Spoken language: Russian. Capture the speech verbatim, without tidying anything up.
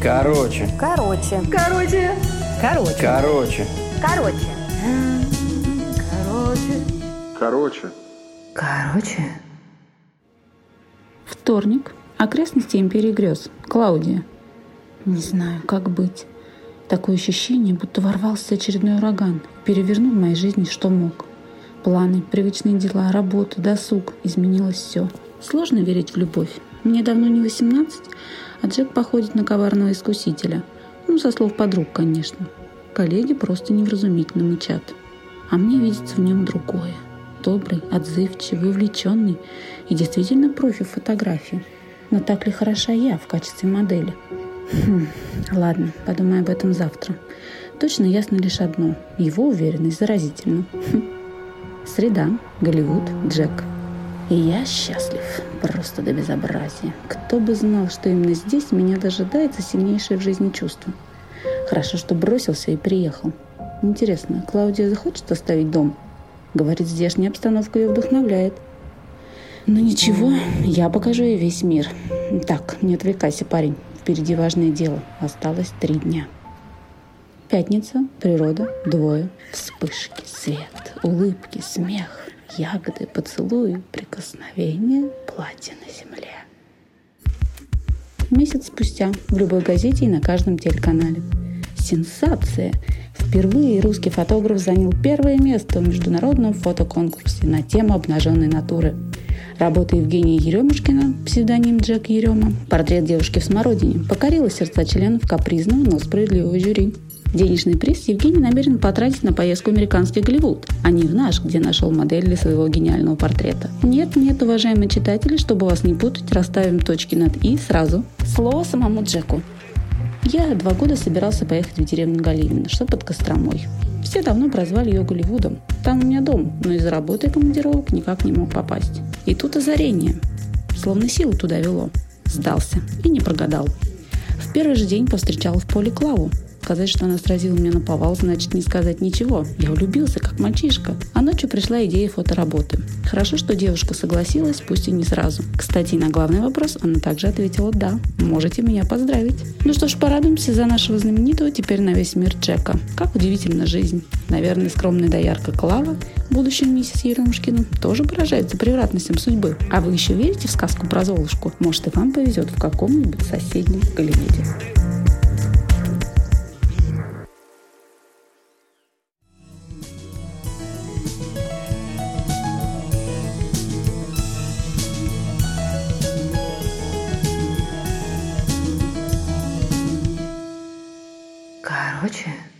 Короче. Короче. Короче. Короче. Короче. Короче. Короче. Короче. Короче. Вторник. Окрестности империи грез. Клаудия. Не знаю, как быть. Такое ощущение, будто ворвался очередной ураган, перевернул в моей жизни что мог. Планы, привычные дела, работа, досуг. Изменилось все. Сложно верить в любовь. Мне давно не восемнадцать, а Джек походит на коварного искусителя. Ну, со слов подруг, конечно. Коллеги просто невразумительно мычат. А мне видится в нем другое. Добрый, отзывчивый, увлеченный и действительно профи в фотографии. Но так ли хороша я в качестве модели? Хм, ладно, подумаю об этом завтра. Точно ясно лишь одно. Его уверенность заразительна. Хм. Среда, Голливуд, Джек. И я счастлив. Просто до безобразия. Кто бы знал, что именно здесь меня дожидается сильнейшее в жизни чувство. Хорошо, что бросился и приехал. Интересно, Клаудия захочет оставить дом? Говорит, здешняя обстановка ее вдохновляет. Но ничего, я покажу ей весь мир. Так, не отвлекайся, парень. Впереди важное дело. Осталось три дня. Пятница, природа, двое, вспышки, свет, улыбки, смех, ягоды, поцелуи, прикосновения, платье на земле. Месяц спустя в любой газете и на каждом телеканале. Сенсация! Впервые русский фотограф занял первое место в международном фотоконкурсе на тему обнаженной натуры. Работа Евгения Еремушкина, псевдоним Джек Ерема, портрет девушки в смородине, покорила сердца членов капризного, но справедливого жюри. Денежный приз Евгений намерен потратить на поездку в американский Голливуд, а не в наш, где нашел модель для своего гениального портрета. Нет, нет, уважаемые читатели, чтобы вас не путать, расставим точки над «и» сразу. Слово самому Джеку. Я два года собирался поехать в деревню Галивино, что под Костромой. Все давно прозвали ее Голливудом. Там у меня дом, но из-за работы и командировок никак не мог попасть. И тут озарение. Словно силу туда вело. Сдался. И не прогадал. В первый же день повстречал в поле Клаву. Сказать, что она сразила меня наповал, значит не сказать ничего. Я влюбился, как мальчишка. А ночью пришла идея фотоработы. Хорошо, что девушка согласилась, пусть и не сразу. Кстати, на главный вопрос она также ответила «да». Можете меня поздравить. Ну что ж, порадуемся за нашего знаменитого теперь на весь мир Джека. Как удивительна жизнь. Наверное, скромная доярка Клава, будущая миссис Еремушкина, тоже поражается превратностям судьбы. А вы еще верите в сказку про Золушку? Может, и вам повезет в каком-нибудь соседнем Голливуде. Короче.